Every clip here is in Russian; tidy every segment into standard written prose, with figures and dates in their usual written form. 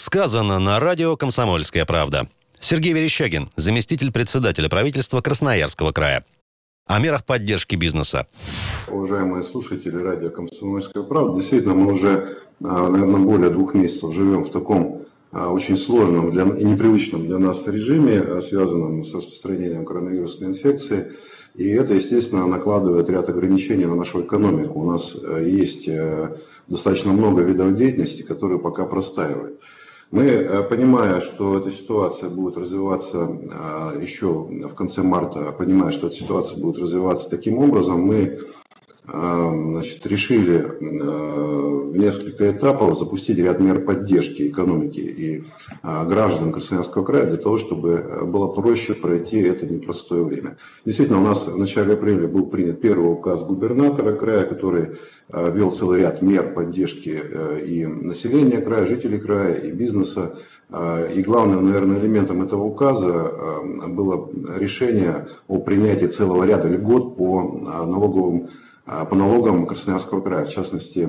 Сказано на радио «Комсомольская правда». Сергей Верещагин, заместитель председателя правительства Красноярского края. О мерах поддержки бизнеса. Уважаемые слушатели радио «Комсомольская правда», действительно, мы уже, наверное, более 2 месяцев живем в таком очень сложном и непривычном для нас режиме, связанном с распространением коронавирусной инфекции. И это, естественно, накладывает ряд ограничений на нашу экономику. У нас есть достаточно много видов деятельности, которые пока простаивают. Мы, понимая, что эта ситуация будет развиваться еще в конце марта, понимая, что эта ситуация будет развиваться таким образом, мы решили в несколько этапов запустить ряд мер поддержки экономики и граждан Красноярского края для того, чтобы было проще пройти это непростое время. Действительно, у нас в начале апреля был принят первый указ губернатора края, который ввел целый ряд мер поддержки и населения края, жителей края, и бизнеса. И главным, наверное, элементом этого указа было решение о принятии целого ряда льгот по налогам Красноярского края, в частности,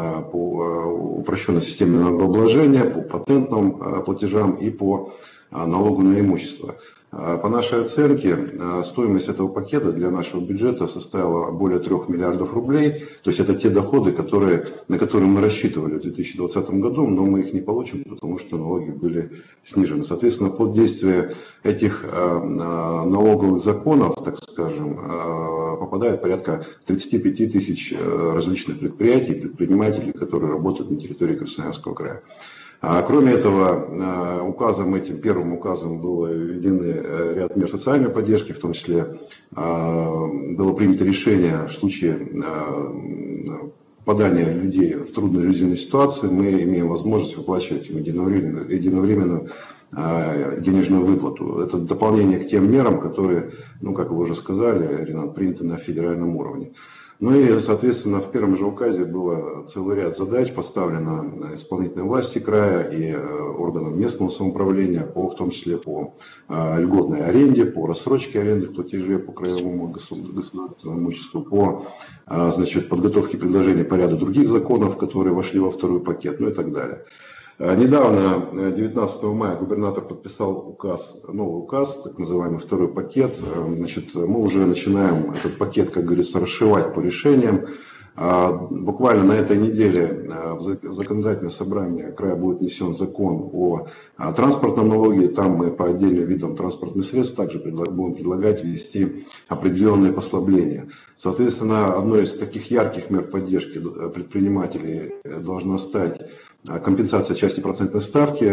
по упрощенной системе налогообложения, по патентным платежам и по налогу на имущество. По нашей оценке, стоимость этого пакета для нашего бюджета составила более 3 миллиардов рублей. То есть это те доходы, на которые мы рассчитывали в 2020 году, но мы их не получим, потому что налоги были снижены. Соответственно, под действие этих налоговых законов, так скажем, попадает порядка 35 тысяч различных предприятий и предпринимателей, которые работают на территории Красноярского края. Кроме этого, первым указом было введены ряд мер социальной поддержки, в том числе было принято решение в случае попадания людей в трудную жизненную ситуацию, мы имеем возможность выплачивать им единовременную денежную выплату. Это дополнение к тем мерам, которые, как вы уже сказали, Ренат, приняты на федеральном уровне. Ну и, соответственно, в первом же указе было целый ряд задач поставлено исполнительной власти края и органам местного самоуправления, в том числе по льготной аренде, по рассрочке аренды платежей по краевому государственному имуществу, по подготовке предложений по ряду других законов, которые вошли во второй пакет, и так далее. Недавно, 19 мая, губернатор подписал новый указ, так называемый второй пакет. Мы уже начинаем этот пакет, как говорится, расшивать по решениям. Буквально на этой неделе в законодательное собрание края будет внесен закон о транспортном налоге. Там мы по отдельным видам транспортных средств также будем предлагать ввести определенные послабления. Соответственно, одной из таких ярких мер поддержки предпринимателей должна стать компенсация части процентной ставки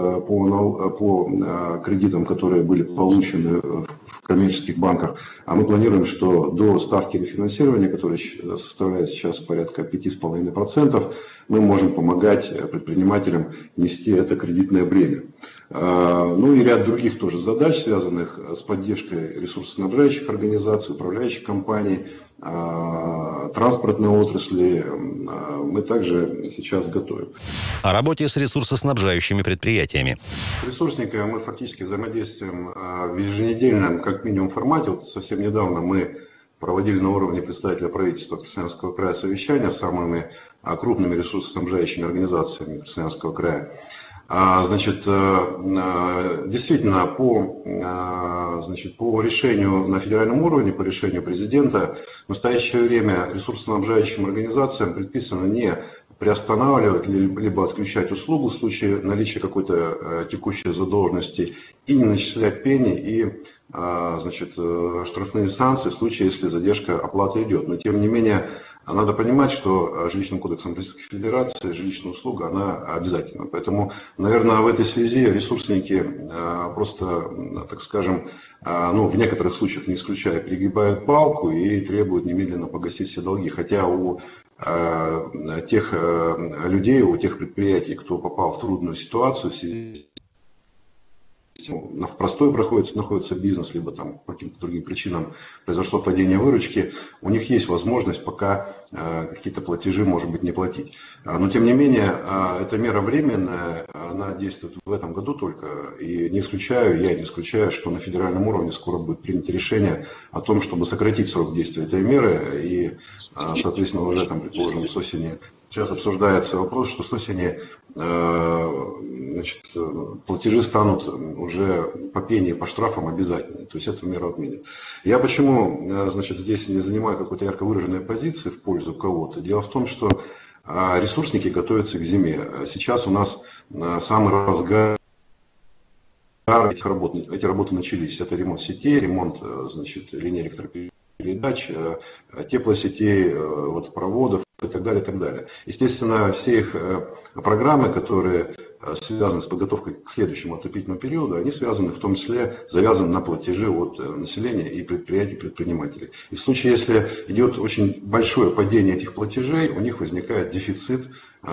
по кредитам, которые были получены в коммерческих банках. А мы планируем, что до ставки рефинансирования, которая составляет сейчас порядка 5,5%, мы можем помогать предпринимателям нести это кредитное бремя. И ряд других тоже задач, связанных с поддержкой ресурсоснабжающих организаций, управляющих компаний, транспортной отрасли, мы также сейчас готовим. О работе с ресурсоснабжающими предприятиями. С ресурсниками мы фактически взаимодействуем в еженедельном, как минимум, формате. Совсем недавно мы проводили на уровне представителя правительства Красноярского края совещания с самыми крупными ресурсоснабжающими организациями Красноярского края. Действительно, по решению на федеральном уровне, по решению президента, в настоящее время ресурсоснабжающим организациям предписано не приостанавливать либо отключать услугу в случае наличия какой-то текущей задолженности и не начислять пени и штрафные санкции в случае, если задержка оплаты идет. Но тем не менее, надо понимать, что жилищным кодексом Российской Федерации жилищная услуга, она обязательна. Поэтому, наверное, в этой связи ресурсники просто, так скажем, в некоторых случаях, не исключая, перегибают палку и требуют немедленно погасить все долги. Хотя у тех людей, у тех предприятий, кто попал в трудную ситуацию в связи в простой находится бизнес, либо там по каким-то другим причинам произошло падение выручки, у них есть возможность пока какие-то платежи, может быть, не платить. Но тем не менее, эта мера временная, она действует в этом году только, и я не исключаю, что на федеральном уровне скоро будет принято решение о том, чтобы сократить срок действия этой меры, и, соответственно, уже там, предположим, с осени. Сейчас обсуждается вопрос, что с осени значит, платежи станут уже по пене и по штрафам обязательными. То есть эту меру отменят. Я почему, значит, здесь не занимаю какой-то ярко выраженной позиции в пользу кого-то? Дело в том, что ресурсники готовятся к зиме. Сейчас у нас самый разгар этих работ. Эти работы начались. Это ремонт сетей, ремонт, значит, линий электропередач, теплосетей, водопроводов и так далее, и так далее. Естественно, все их программы, которые связаны с подготовкой к следующему отопительному периоду, они связаны, в том числе, завязаны на платежи от населения и предприятий, предпринимателей. И в случае, если идет очень большое падение этих платежей, у них возникает дефицит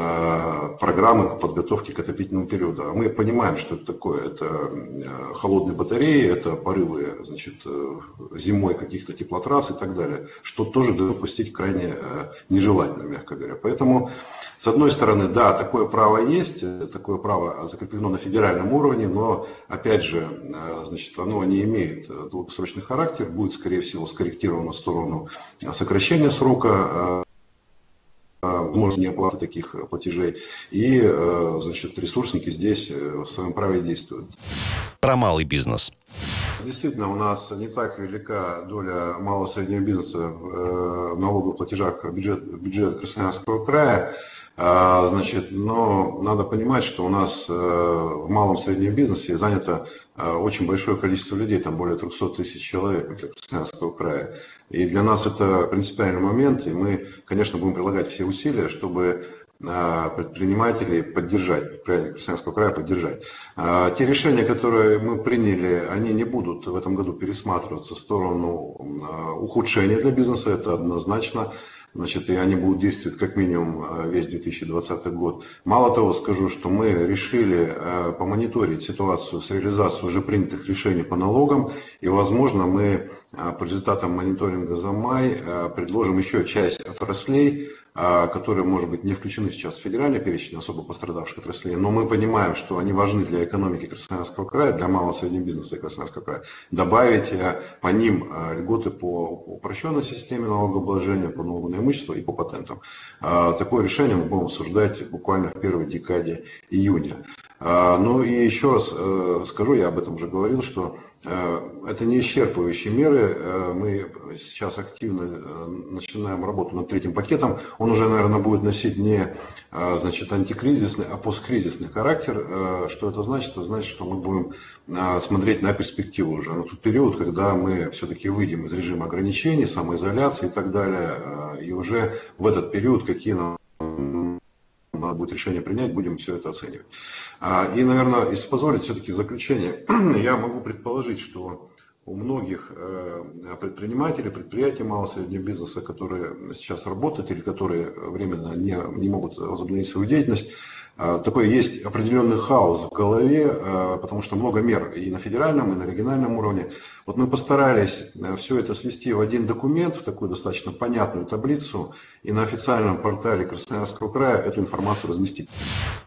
программы по подготовке к отопительному периоду. А мы понимаем, что это такое. Это холодные батареи, это порывы, значит, зимой каких-то теплотрасс и так далее, что тоже допустить крайне нежелательно, мягко говоря. Поэтому, с одной стороны, да, такое право есть, такое право закреплено на федеральном уровне, но, опять же, значит, оно не имеет долгосрочный характер, будет, скорее всего, скорректировано в сторону сокращения срока возможности неоплаты таких платежей. И, значит, ресурсники здесь в своем праве действуют. Про малый бизнес. Действительно, у нас не так велика доля малого и среднего бизнеса в налоговых платежах в бюджет Красноярского края. Значит, но надо понимать, что у нас в малом и среднем бизнесе занято очень большое количество людей, там более 300 тысяч человек для Красноярского края. И для нас это принципиальный момент, и мы, конечно, будем прилагать все усилия, чтобы предпринимателей поддержать, предприятия Красноярского края поддержать. Те решения, которые мы приняли, они не будут в этом году пересматриваться в сторону ухудшения для бизнеса, это однозначно. Значит, и они будут действовать как минимум весь 2020 год. Мало того, скажу, что мы решили помониторить ситуацию с реализацией уже принятых решений по налогам. И, возможно, мы по результатам мониторинга за май предложим еще часть отраслей, которые, может быть, не включены сейчас в федеральный перечень особо пострадавших отраслей, но мы понимаем, что они важны для экономики Красноярского края, для малого и среднего бизнеса Красноярского края. Добавить по ним льготы по упрощенной системе налогообложения, по налогу на имущество и по патентам. Такое решение мы будем обсуждать буквально в первой декаде июня. Ну и еще раз скажу, я об этом уже говорил, что это не исчерпывающие меры. Мы сейчас активно начинаем работу над третьим пакетом. Он уже, наверное, будет носить не, значит, антикризисный, а посткризисный характер. Что это значит? Это значит, что мы будем смотреть на перспективу уже, на тот период, когда мы все-таки выйдем из режима ограничений, самоизоляции и так далее. И уже в этот период, какие нам надо будет решение принять, будем все это оценивать. И, наверное, если позволить, все-таки в заключение, я могу предположить, что у многих предпринимателей, предприятий малого и среднего бизнеса, которые сейчас работают или которые временно не могут возобновить свою деятельность, такой есть определенный хаос в голове, потому что много мер и на федеральном, и на региональном уровне. Вот мы постарались все это свести в один документ, в такую достаточно понятную таблицу, и на официальном портале Красноярского края эту информацию разместить.